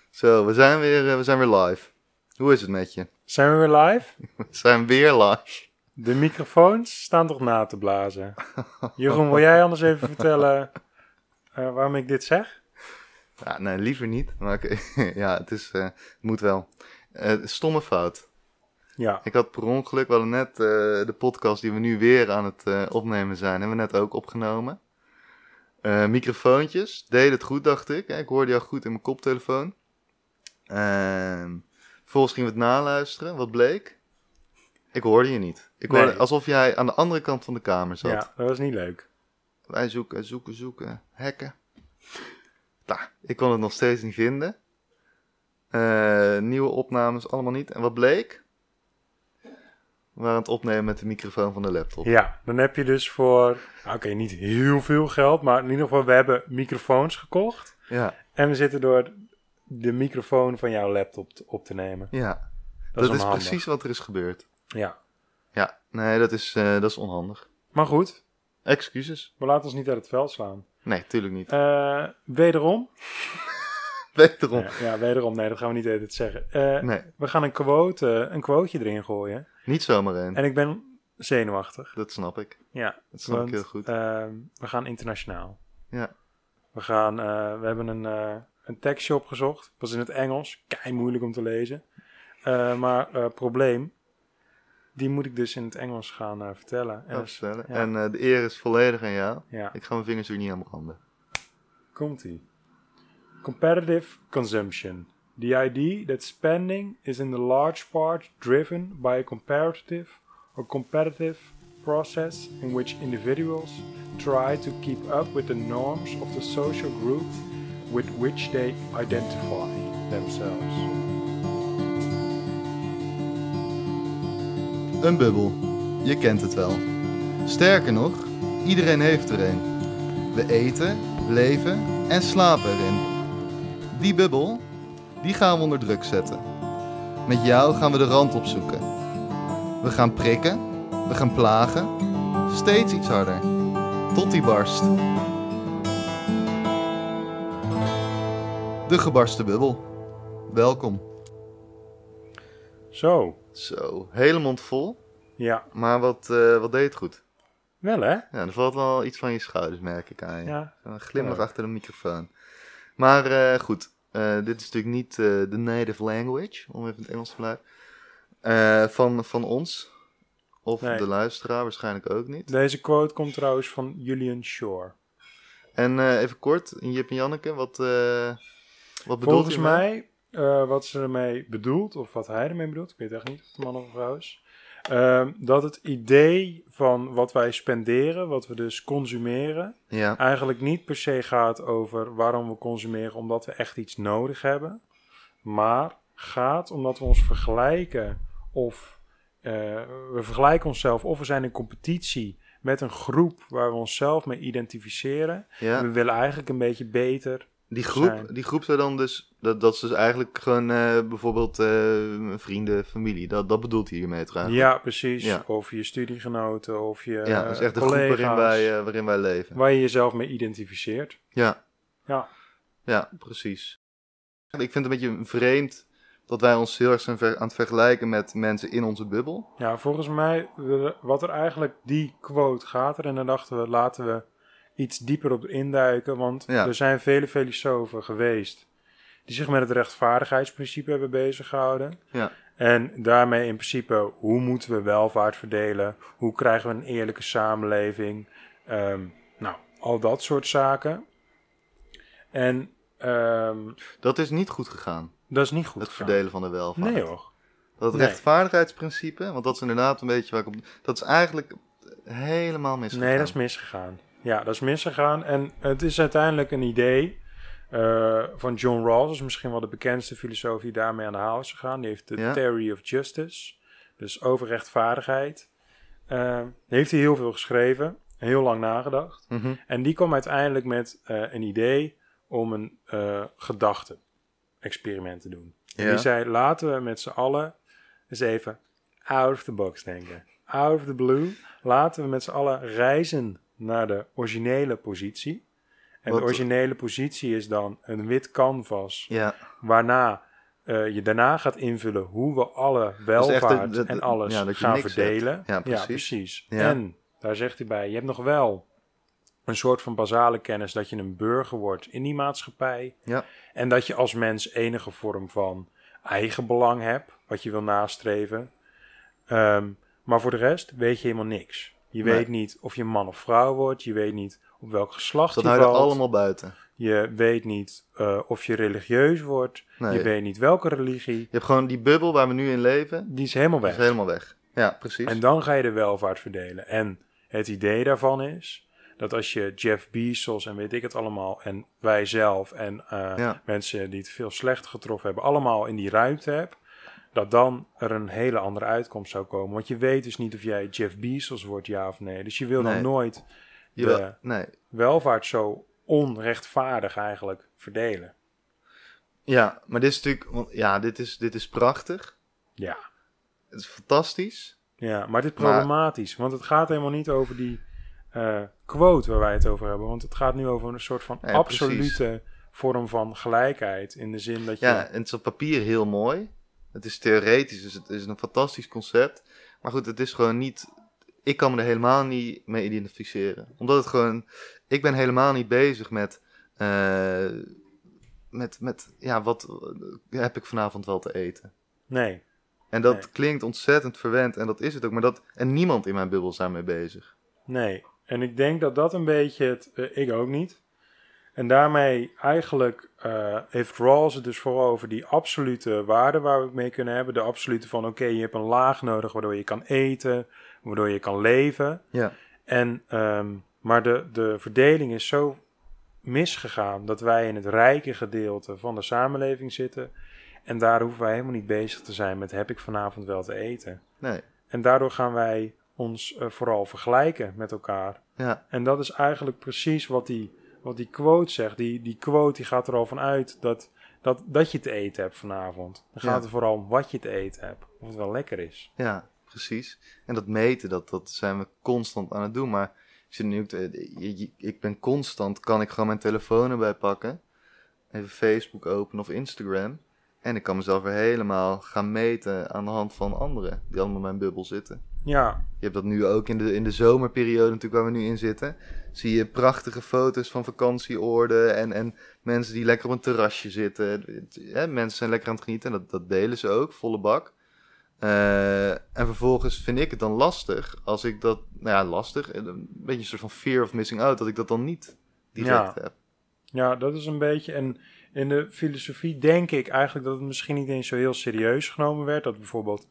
Zo, we zijn weer live. Hoe is het met je? Zijn we weer live? We zijn weer live. De microfoons staan toch na te blazen. Jeroen, wil jij anders even vertellen waarom ik dit zeg? Ja, nee, liever niet. Maar ja, het moet wel. Stomme fout. Ja. Ik had per ongeluk, we hadden net de podcast die we nu weer aan het opnemen zijn, hebben we net ook opgenomen. Microfoontjes, deed het goed, dacht ik. Ik hoorde jou goed in mijn koptelefoon. Vervolgens gingen we het naluisteren. Wat bleek? Ik hoorde je niet. Ik hoorde alsof jij aan de andere kant van de kamer zat. Ja, dat was niet leuk. Wij zoeken. Hacken. Nou, ik kon het nog steeds niet vinden. Nieuwe opnames, allemaal niet. En wat bleek? We waren aan het opnemen met de microfoon van de laptop. Ja, dan heb je dus voor, niet heel veel geld, maar in ieder geval, we hebben microfoons gekocht. Ja. En we zitten door de microfoon van jouw laptop op te nemen. Ja, dat is precies wat er is gebeurd. Ja. Ja, nee, dat is onhandig. Maar goed. Excuses. We laten ons niet uit het veld slaan. Nee, tuurlijk niet. Wederom. Wederom. Ja, wederom. Nee, dat gaan we niet even zeggen. Nee. We gaan een quoteje erin gooien. Niet zomaar een. En ik ben zenuwachtig. Dat snap ik. Ja. Dat snap ik heel goed. We gaan internationaal. Ja. We hebben een tekstje opgezocht. Het was in het Engels. Kei moeilijk om te lezen. Maar probleem. Die moet ik dus in het Engels gaan vertellen. Ja. Ja. En de eer is volledig aan jou. Ja. Ik ga mijn vingers er niet aan branden. Komt-ie. Competitive consumption. The idea that spending is in the large part driven by a competitive process in which individuals try to keep up with the norms of the social group with which they identify themselves. Een bubbel. Je kent het wel. Sterker nog, iedereen heeft er een. We eten, leven en slapen erin. Die bubbel, die gaan we onder druk zetten. Met jou gaan we de rand opzoeken. We gaan prikken, we gaan plagen, steeds iets harder. Tot die barst. De gebarsten bubbel. Welkom. Zo, hele mond vol. ja. Maar wat deed het goed? Wel hè? Ja, er valt wel iets van je schouders, merk ik aan je. Ja. Een glimlach achter de microfoon. Maar goed, dit is natuurlijk niet de native language, om even in het Engels te blijven, van ons. Of Nee. de luisteraar, waarschijnlijk ook niet. Deze quote komt trouwens van Julian Shore. En even kort, Jip en Janneke, wat bedoelt Volgens je mee? mij, wat ze ermee bedoelt, of wat hij ermee bedoelt, ik weet echt niet of het een man of een vrouw is, dat het idee van wat wij spenderen, wat we dus consumeren, Ja. eigenlijk niet per se gaat over waarom we consumeren omdat we echt iets nodig hebben, maar gaat omdat we ons vergelijken of we vergelijken onszelf of we zijn in competitie met een groep waar we onszelf mee identificeren. Ja. En we willen eigenlijk een beetje beter Die zijn. groep zou dan dus, dat is dus eigenlijk gewoon bijvoorbeeld vrienden, familie. Dat bedoelt hij hiermee trouwens. Ja, precies. Ja. Of je studiegenoten, of je Ja, dat is echt de collega's, groep waarin wij leven. waar je jezelf mee identificeert. Ja. Ja. Ja, precies. Ik vind het een beetje vreemd dat wij ons heel erg zijn aan het vergelijken met mensen in onze bubbel. Ja, volgens mij, wat er eigenlijk die quote gaat er, en dan dachten we, laten we iets dieper op induiken, want er zijn vele filosofen geweest die zich met het rechtvaardigheidsprincipe hebben bezig gehouden. Ja. En daarmee in principe, hoe moeten we welvaart verdelen? Hoe krijgen we een eerlijke samenleving? Al dat soort zaken. En dat is niet goed gegaan. dat is niet goed Het gegaan. verdelen van de welvaart. Nee hoor. Dat rechtvaardigheidsprincipe, want dat is inderdaad een beetje waar ik op... Dat is eigenlijk helemaal misgegaan. Nee, dat is misgegaan. Ja, dat is misgegaan. En het is uiteindelijk een idee van John Rawls. Dat is misschien wel de bekendste filosoof die daarmee aan de haal is gegaan. Die heeft de Theory of Justice. Dus over rechtvaardigheid. Heeft hij heel veel geschreven. Heel lang nagedacht. Mm-hmm. En die kwam uiteindelijk met een idee om een gedachte-experiment te doen. En die zei, laten we met z'n allen eens even out of the box denken. Out of the blue. Laten we met z'n allen reizen naar de originele positie. En de originele positie is dan een wit canvas. Ja. Waarna je daarna gaat invullen hoe we alle welvaart en alles gaan verdelen. Ja, precies. Ja. En daar zegt hij bij, je hebt nog wel een soort van basale kennis dat je een burger wordt in die maatschappij. Ja. En dat je als mens enige vorm van eigenbelang hebt, wat je wil nastreven. Maar voor de rest weet je helemaal niks. Je weet niet of je man of vrouw wordt. Je weet niet op welk geslacht je valt. Dat hou je allemaal buiten. Je weet niet of je religieus wordt. Nee. Je weet niet welke religie. Je hebt gewoon die bubbel waar we nu in leven. Die is helemaal weg. Die is helemaal weg. Ja, precies. En dan ga je de welvaart verdelen. En het idee daarvan is dat als je Jeff Bezos en weet ik het allemaal... en wij zelf en mensen die het veel slechter getroffen hebben... allemaal in die ruimte hebt... dat dan er een hele andere uitkomst zou komen. Want je weet dus niet of jij Jeff Bezos wordt, ja of nee. Dus je wil dan nooit de welvaart zo onrechtvaardig eigenlijk verdelen. Ja, maar dit is natuurlijk... Ja, dit is prachtig. Ja. Het is fantastisch. Ja, maar het is problematisch. Want het gaat helemaal niet over die quote waar wij het over hebben. Want het gaat nu over een soort van absolute vorm van gelijkheid. In de zin dat je... Ja, en het is op papier heel mooi. Het is theoretisch, dus het is een fantastisch concept. Maar goed, het is gewoon niet... Ik kan me er helemaal niet mee identificeren. Omdat het gewoon... Ik ben helemaal niet bezig met wat heb ik vanavond wel te eten? Nee. En dat klinkt ontzettend verwend en dat is het ook. Maar en niemand in mijn bubbel is daarmee bezig. Nee. En ik denk dat dat een beetje ik ook niet. En daarmee eigenlijk heeft Rawls het dus vooral over die absolute waarde waar we het mee kunnen hebben. De absolute van oké, je hebt een laag nodig waardoor je kan eten, waardoor je kan leven. Ja. En, maar de verdeling is zo misgegaan dat wij in het rijke gedeelte van de samenleving zitten. En daar hoeven wij helemaal niet bezig te zijn met heb ik vanavond wel te eten. Nee. En daardoor gaan wij ons vooral vergelijken met elkaar. Ja. En dat is eigenlijk precies wat die quote zegt. Die quote die gaat er al van uit dat je te eten hebt vanavond. Dan gaat het vooral om wat je te eten hebt. Of het wel lekker is. Ja, precies. En dat meten, dat zijn we constant aan het doen. Maar ik zit nu ik ben constant, kan ik gewoon mijn telefoon erbij pakken. Even Facebook openen of Instagram. En ik kan mezelf weer helemaal gaan meten aan de hand van anderen. Die allemaal in mijn bubbel zitten. Ja. Je hebt dat nu ook in de zomerperiode natuurlijk waar we nu in zitten. Zie je prachtige foto's van vakantieoorden en mensen die lekker op een terrasje zitten. Mensen zijn lekker aan het genieten en dat delen ze ook, volle bak. En vervolgens vind ik het dan lastig als ik dat, lastig, een beetje een soort van fear of missing out, dat ik dat dan niet direct heb. Ja, dat is een beetje, en in de filosofie denk ik eigenlijk dat het misschien niet eens zo heel serieus genomen werd. Dat bijvoorbeeld,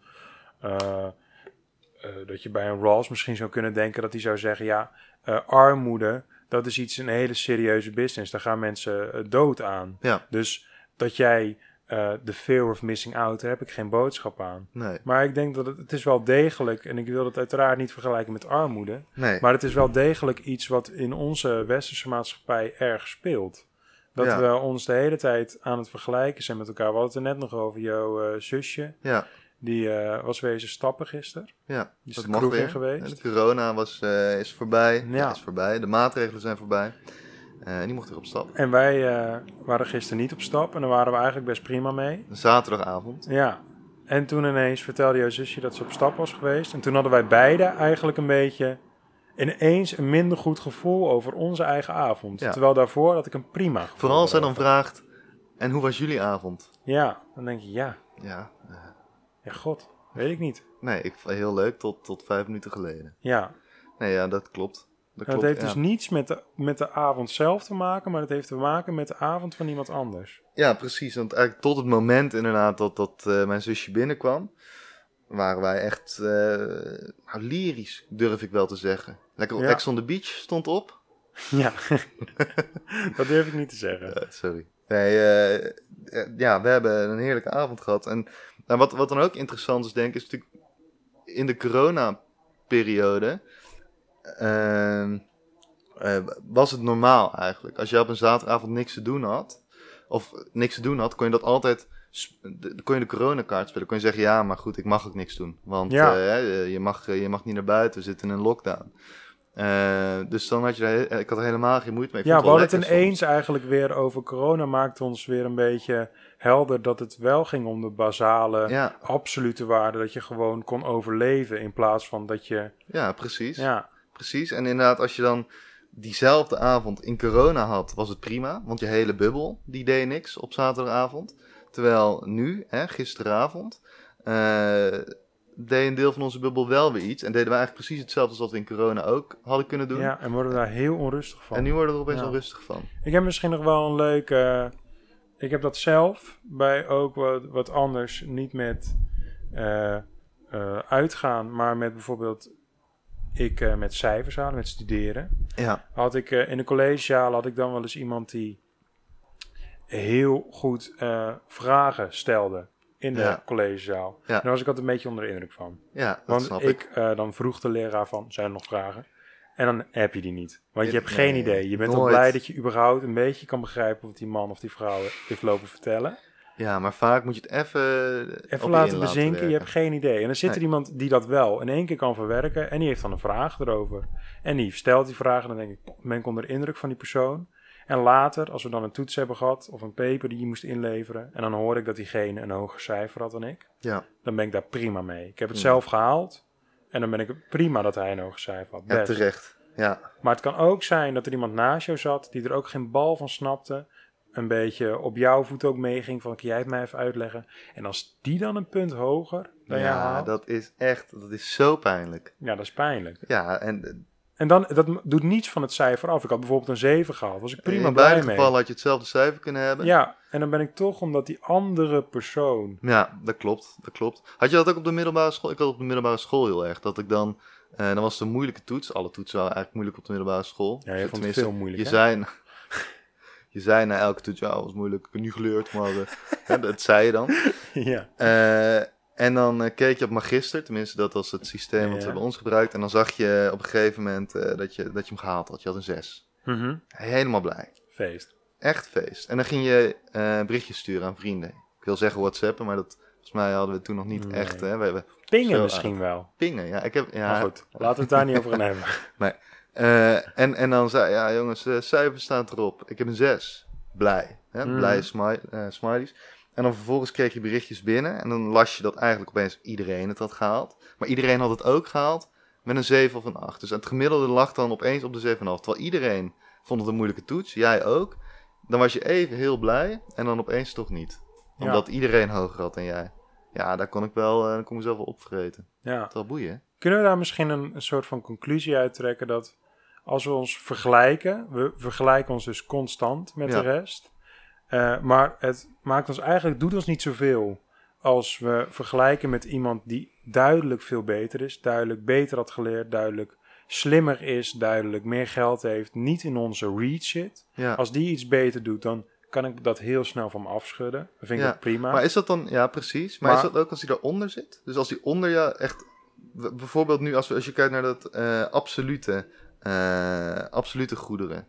dat je bij een Rawls misschien zou kunnen denken dat hij zou zeggen, armoede, dat is een hele serieuze business. Daar gaan mensen dood aan. Ja. Dus dat jij de fear of missing out, daar heb ik geen boodschap aan. Nee. Maar ik denk dat het is wel degelijk, en ik wil het uiteraard niet vergelijken met armoede, maar het is wel degelijk iets wat in onze westerse maatschappij erg speelt. Dat we ons de hele tijd aan het vergelijken zijn met elkaar. We hadden het er net nog over jouw zusje. Ja. Die was wezen stappen gisteren. Ja, die is de kroeg in geweest. De corona is voorbij. Ja. Is voorbij. De maatregelen zijn voorbij. Die mocht er op stap. En wij waren gisteren niet op stap. En daar waren we eigenlijk best prima mee. Een zaterdagavond. Ja. En toen ineens vertelde jouw zusje dat ze op stap was geweest. En toen hadden wij beide eigenlijk een beetje ineens een minder goed gevoel over onze eigen avond. Ja. Terwijl daarvoor had ik een prima gevoel. Vooral als zij dan vraagt, en hoe was jullie avond? Ja, dan denk je ja. Ja. Ja, god, weet ik niet. Nee, ik vond het heel leuk tot 5 minuten geleden. Ja. Nee, ja, dat klopt. Het heeft dus niets met de avond zelf te maken, maar het heeft te maken met de avond van iemand anders. Ja, precies. Want eigenlijk tot het moment inderdaad dat mijn zusje binnenkwam, waren wij echt lyrisch, durf ik wel te zeggen. Lekker op Ex on the Beach stond op. Ja, dat durf ik niet te zeggen. Sorry. Nee, we hebben een heerlijke avond gehad. En wat dan ook interessant is, denk ik, is natuurlijk in de corona-periode was het normaal eigenlijk. Als je op een zaterdagavond niks te doen had, kon je dat altijd, kon je de coronakaart spelen. Kon je zeggen, ja, maar goed, ik mag ook niks doen. Want je mag niet naar buiten, we zitten in een lockdown. Dus dan had je ik had er helemaal geen moeite mee. Ik Ja, vond we wel hadden het lekker ineens eigenlijk weer over corona. Maakte ons weer een beetje helder dat het wel ging om de basale, soms. absolute waarde. Dat je gewoon kon overleven in plaats van dat je... Ja, precies. Ja, Precies. En inderdaad, als je dan diezelfde avond in corona had, was het prima. Want je hele bubbel, die deed niks op zaterdagavond. Terwijl nu, gisteravond, deed een deel van onze bubbel wel weer iets. En deden we eigenlijk precies hetzelfde als wat we in corona ook hadden kunnen doen. ja, en worden we daar heel onrustig van. En nu worden we er opeens Ja. onrustig van. Ik heb misschien nog wel een leuke... ik heb dat zelf bij ook wat anders. Niet met uitgaan, maar met bijvoorbeeld... met cijfers halen, met studeren. Ja, Had ik in de collegezaal had ik dan wel eens iemand die heel goed vragen stelde in de collegezaal. Ja. Daar was ik altijd een beetje onder de indruk van. ja, dat Want snap ik. Dan vroeg de leraar van, zijn er nog vragen? En dan heb je die niet. Want je hebt Nee, geen idee. Je bent al nooit. blij dat je überhaupt een beetje kan begrijpen wat die man of die vrouw heeft lopen vertellen. Ja, maar vaak moet je het Even op laten in bezinken, je werken. hebt geen idee. En dan zit er Nee. iemand die dat wel in één keer kan verwerken. En die heeft dan een vraag erover. En die stelt die vraag en dan denk ik, ben ik onder de indruk van die persoon. En later, als we dan een toets hebben gehad of een paper die je moest inleveren. En dan hoor ik dat diegene een hoger cijfer had dan ik. Ja, Dan ben ik daar prima mee. Ik heb het Ja. zelf gehaald. En dan ben ik prima dat hij een hoger cijfer had. ja, Best. terecht. Ja, Maar het kan ook zijn dat er iemand naast jou zat die er ook geen bal van snapte. Een beetje op jouw voet ook meeging van, kan jij het mij even uitleggen? En als die dan een punt hoger dan jij haalt, dat is zo pijnlijk. ja, dat is pijnlijk. Ja, en En dan, dat doet niets van het cijfer af. Ik had bijvoorbeeld een 7 gehaald, was ik prima in blij beide mee. gevallen had je hetzelfde cijfer kunnen hebben. Ja, en dan ben ik toch, omdat die andere persoon... Ja, dat klopt. Had je dat ook op de middelbare school? Ik had op de middelbare school heel erg. Dat ik dan was het een moeilijke toets. Alle toetsen waren eigenlijk moeilijk op de middelbare school. Ja, je vond het Tenminste, veel moeilijk, Je hè? zei, je zei na elke toets, ja, dat was moeilijk. Ik heb niet geleerd, maar dat zei je dan. Ja. En dan keek je op magister. Tenminste, dat was het systeem wat Ja. we bij ons gebruikt. En dan zag je op een gegeven moment dat je hem gehaald had. Je had een 6. Mhm. Helemaal blij. Feest. Echt feest. En dan ging je berichtjes sturen aan vrienden. Ik wil zeggen WhatsAppen, maar volgens mij hadden we toen nog niet Nee. echt. Hè? We hebben Pingen zo misschien wel. pingen. Ja, Maar goed, laten we het daar niet over gaan hebben. En dan zei ja jongens, cijfer staat erop. Ik heb een 6. Blij. Hè? Blij smileys. En dan vervolgens kreeg je berichtjes binnen. En dan las je dat eigenlijk opeens iedereen het had gehaald. Maar iedereen had het ook gehaald met een 7 of een 8. Dus het gemiddelde lag dan opeens op de 7,5. Terwijl iedereen vond het een moeilijke toets. Jij ook. Dan was je even heel blij. En dan opeens toch niet. Omdat iedereen hoger had dan jij. Ja, daar kon ik mezelf wel opvreten. Ja. Dat is wel boeien. Kunnen we daar misschien een soort van conclusie uit trekken dat als we ons vergelijken, we vergelijken ons dus constant met de rest, maar het doet ons niet zoveel als we vergelijken met iemand die duidelijk veel beter is, duidelijk beter had geleerd, duidelijk slimmer is, duidelijk meer geld heeft, niet in onze reach zit. Ja. Als die iets beter doet, dan kan ik dat heel snel van me afschudden. Dan vind ik dat prima. Maar is dat dan, ja precies, maar is dat ook als hij daaronder zit? Dus als hij onder je echt, bijvoorbeeld nu als je kijkt naar dat absolute goederen.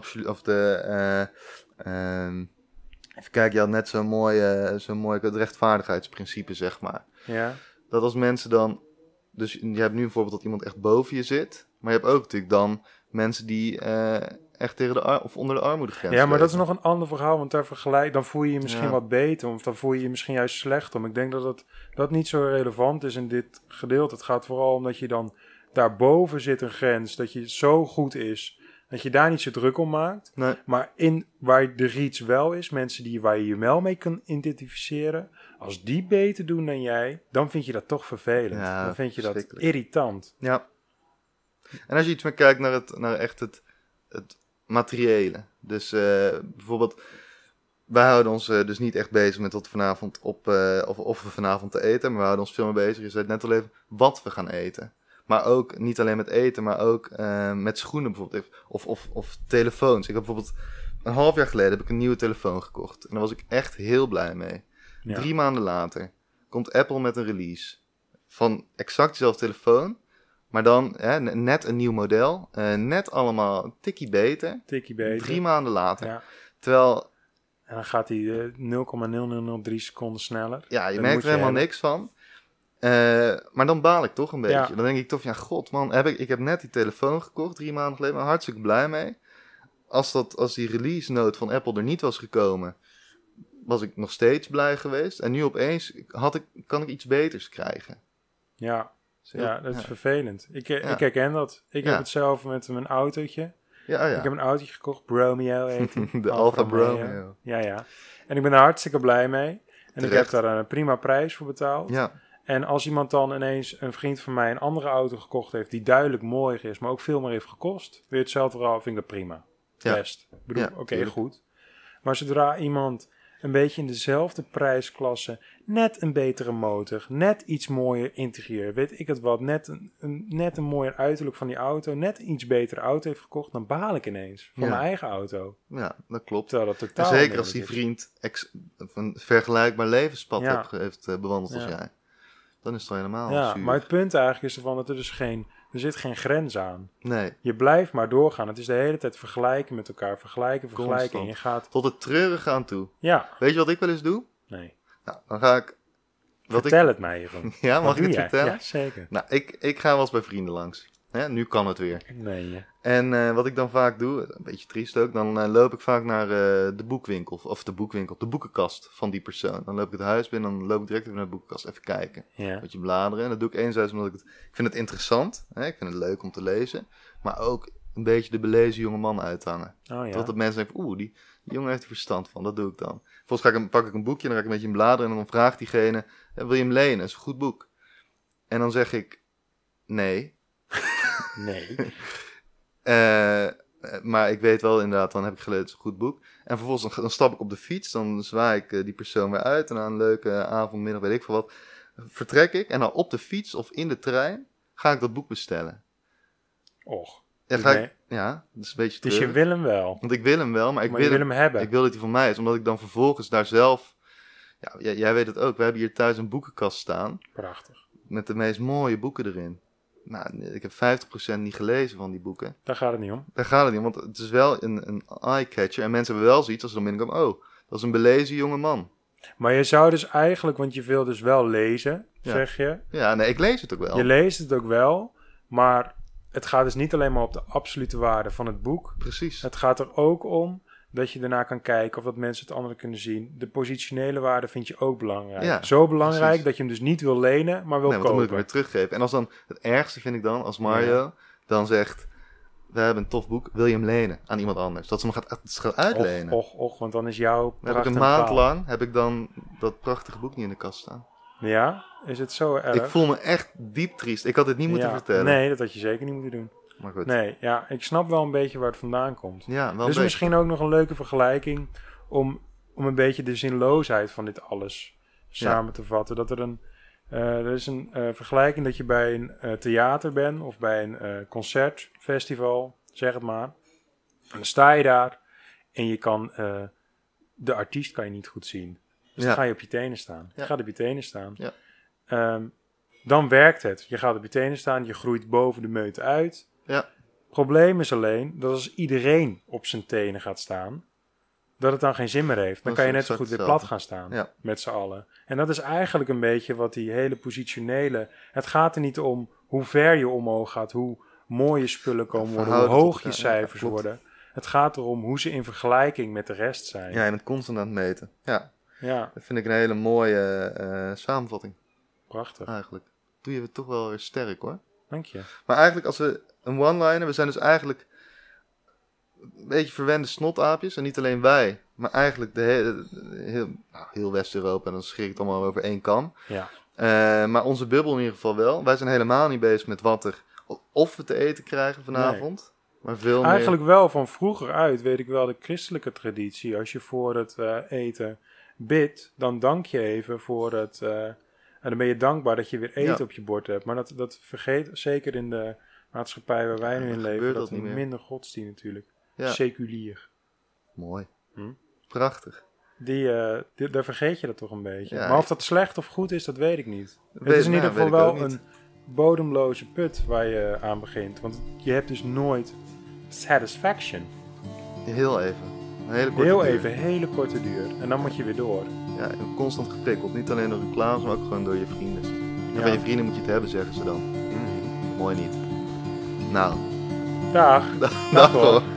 Even kijken, je had net zo'n mooi het rechtvaardigheidsprincipe, zeg maar. Ja. Dat als mensen dan, dus je hebt nu een voorbeeld dat iemand echt boven je zit, maar je hebt ook natuurlijk dan mensen die echt tegen of onder de armoedegrens Ja, maar dat is leven. nog een ander verhaal, want dan voel je je misschien wat beter, of dan voel je je misschien juist slecht om. Ik denk dat dat niet zo relevant is in dit gedeelte. Het gaat vooral om dat je dan daarboven zit een grens, dat je zo goed is, dat je daar niet zo druk om maakt. Nee. Maar waar de reach wel is, mensen waar je je wel mee kan identificeren, als die beter doen dan jij, dan vind je dat toch vervelend. Ja, dan vind je dat verschrikkelijk. irritant. Ja. En als je iets meer kijkt naar echt het materiële. Dus bijvoorbeeld, wij houden ons dus niet echt bezig met wat we vanavond of we vanavond te eten, maar we houden ons veel meer bezig. Je zei het net al even, wat we gaan eten. Maar ook niet alleen met eten, maar ook met schoenen bijvoorbeeld. Of telefoons. Ik heb bijvoorbeeld een half jaar geleden heb ik een nieuwe telefoon gekocht. En daar was ik echt heel blij mee. Ja. 3 maanden later komt Apple met een release van exact dezelfde telefoon. Maar dan net een nieuw model. Net allemaal een tikkie beter. 3 maanden later. Ja. Terwijl, En dan gaat hij 0,0003 seconden sneller. ja, je Dat merkt moet er helemaal hebben. niks van. Maar dan baal ik toch een beetje. Ja. Dan denk ik toch, ja god man, ik heb net die telefoon gekocht 3 maanden geleden. Ben hartstikke blij mee. Als die release note van Apple er niet was gekomen, was ik nog steeds blij geweest. En nu opeens kan ik iets beters krijgen. Ja, Dus ja, dat is vervelend. Ik herken dat. Ik Ja. heb het zelf met mijn autootje. Ja. Ik heb een autootje gekocht, Bromeo heet die. De Alfa Bromeo. Ja. En ik ben er hartstikke blij mee. En ik Terecht. heb daar een prima prijs voor betaald. Ja, En als iemand dan ineens, een vriend van mij, een andere auto gekocht heeft die duidelijk mooier is, maar ook veel meer heeft gekost, weer hetzelfde verhaal, vind ik dat prima. Ja. Best. Ik bedoel, Ja, oké, tuurlijk. goed. Maar zodra iemand een beetje in dezelfde prijsklasse, net een betere motor, net iets mooier interieur, weet ik het wat, net een mooier uiterlijk van die auto, net een iets betere auto heeft gekocht, dan baal ik ineens van Ja. mijn eigen auto. ja, dat klopt. Terwijl dat En totaal zeker niet als die is. vriend een vergelijkbaar levenspad Ja. heeft bewandeld als Ja. jij. Dan is het al helemaal Ja, zuur. maar het punt eigenlijk is ervan dat er zit geen grens aan. Nee, Je blijft maar doorgaan. Het is de hele tijd vergelijken met elkaar. Vergelijken. Constant. En je gaat... tot het treurige aan toe. Ja, Weet je wat ik wel eens doe? nee. Nou, dan ga ik... Vertel het mij, Jeroen. Ja, Wat mag ik doe het jij? vertellen? Ja, zeker. Nou, ik ga wel eens bij vrienden langs. Hè, nu kan het weer. Nee, En wat ik dan vaak doe, een beetje triest ook, dan loop ik vaak naar de boekwinkel. Of de boekenkast van die persoon. Dan loop ik het huis binnen, dan loop ik direct even naar de boekenkast. Even kijken. ja. Een beetje bladeren. En dat doe ik enerzijds omdat ik vind het interessant. Hè, ik vind het leuk om te lezen. Maar ook een beetje de belezen jonge man uithangen. Oh ja. Totdat mensen denken, die jongen heeft er verstand van. Dat doe ik dan. Volgens pak ik een boekje, dan ga ik een beetje in bladeren. En dan vraagt diegene, wil je hem lenen? Dat is een goed boek. En dan zeg ik, nee. Nee. Maar ik weet wel inderdaad, dan heb ik gelezen, het is een goed boek. En vervolgens dan stap ik op de fiets, dan zwaai ik die persoon weer uit. En na een leuke avond, middag, weet ik veel wat, vertrek ik. En dan op de fiets of in de trein ga ik dat boek bestellen. Och. Ja, ja, dat is een beetje Dus je treurig. wil hem wel. Want ik wil hem wel, maar ik Maar je wil hem hebben. Ik wil dat hij van mij is, omdat ik dan vervolgens daar zelf... Ja, jij weet het ook, we hebben hier thuis een boekenkast staan. Prachtig. Met de meest mooie boeken erin. Nou, ik heb 50% niet gelezen van die boeken. Daar gaat het niet om. Daar gaat het niet om, want het is wel een eye-catcher. En mensen hebben wel zoiets als ze dan binnenkomen. Oh, dat is een belezen jonge man. Maar je zou dus eigenlijk, want je wil dus wel lezen, Ja. zeg je. Ja, nee, ik lees het ook wel. Je leest het ook wel, maar het gaat dus niet alleen maar op de absolute waarde van het boek. Precies. Het gaat er ook om dat je daarna kan kijken of dat mensen het anderen kunnen zien. De positionele waarde vind je ook belangrijk. Ja, Zo belangrijk precies. dat je hem dus niet wil lenen, maar wil Nee, want dan moet ik kopen. hem weer teruggeven. En als dan, het ergste vind ik dan, als Mario dan zegt... We hebben een tof boek, wil je hem lenen aan iemand anders? Dat ze hem gaat uitlenen. Och, want dan is jouw Dan heb ik pracht een en maand praal. lang heb ik dan dat prachtige boek niet in de kast staan. Ja? Is het zo erg? Ik voel me echt diep triest. Ik had dit niet moeten vertellen. Nee, dat had je zeker niet moeten doen. Maar goed. Nee, ja, ik snap wel een beetje waar het vandaan komt. Ja, wel Dus een misschien ook nog een leuke vergelijking om een beetje de zinloosheid van dit alles samen te vatten. Dat er is een vergelijking dat je bij een theater bent of bij een concertfestival, zeg het maar. En dan sta je daar en je kan de artiest kan je niet goed zien. Dus dan ga je op je tenen staan. Je Ja. gaat op je tenen staan. Ja. Dan werkt het. Je gaat op je tenen staan, je groeit boven de meute uit. Ja. Probleem is alleen dat als iedereen op zijn tenen gaat staan, dat het dan geen zin meer heeft. Dan Dat kan je is net zo exact goed weer plat hetzelfde. gaan staan, Ja. met z'n allen. En dat is eigenlijk een beetje wat die hele positionele... Het gaat er niet om hoe ver je omhoog gaat, hoe mooie spullen komen worden, hoe verhouden hoog tot je elkaar. Ja, cijfers klopt. worden. Het gaat erom hoe ze in vergelijking met de rest zijn. Ja, en het constant aan het meten. Ja, Ja, dat vind ik een hele mooie samenvatting prachtig. eigenlijk. Doe je het toch wel weer sterk hoor. Dank je. Maar eigenlijk als we een one-liner, we zijn dus eigenlijk een beetje verwende snotaapjes. En niet alleen wij, maar eigenlijk heel West-Europa. Dan schrik ik het allemaal over één kam. Ja. Maar onze bubbel in ieder geval wel. Wij zijn helemaal niet bezig met wat er of we te eten krijgen vanavond. Maar veel Eigenlijk wel van vroeger uit weet ik wel de christelijke traditie. Als je voor het eten bidt, dan dank je even voor het... en dan ben je dankbaar dat je weer eten Ja. op je bord hebt. Maar dat vergeet zeker in de maatschappij waar wij nu in dan leven. gebeurt Dat dat we niet meer. minder godsdienst natuurlijk. Ja. Seculier. Mooi. Hm? Prachtig. Daar vergeet je dat toch een beetje. Ja, maar of dat slecht of goed is, dat weet ik niet. Het Weet- is in ieder nou, geval weet ik wel ook niet. een bodemloze put waar je aan begint. Want je hebt dus nooit satisfaction. Heel even. Een hele korte Heel duur. even, hele korte duur. En dan moet je weer door. Ja, en constant geprikkeld. Niet alleen door reclames, maar ook gewoon door je vrienden. En van je vrienden moet je het hebben, zeggen ze dan. Mooi niet. Nou, Dag. dag hoor.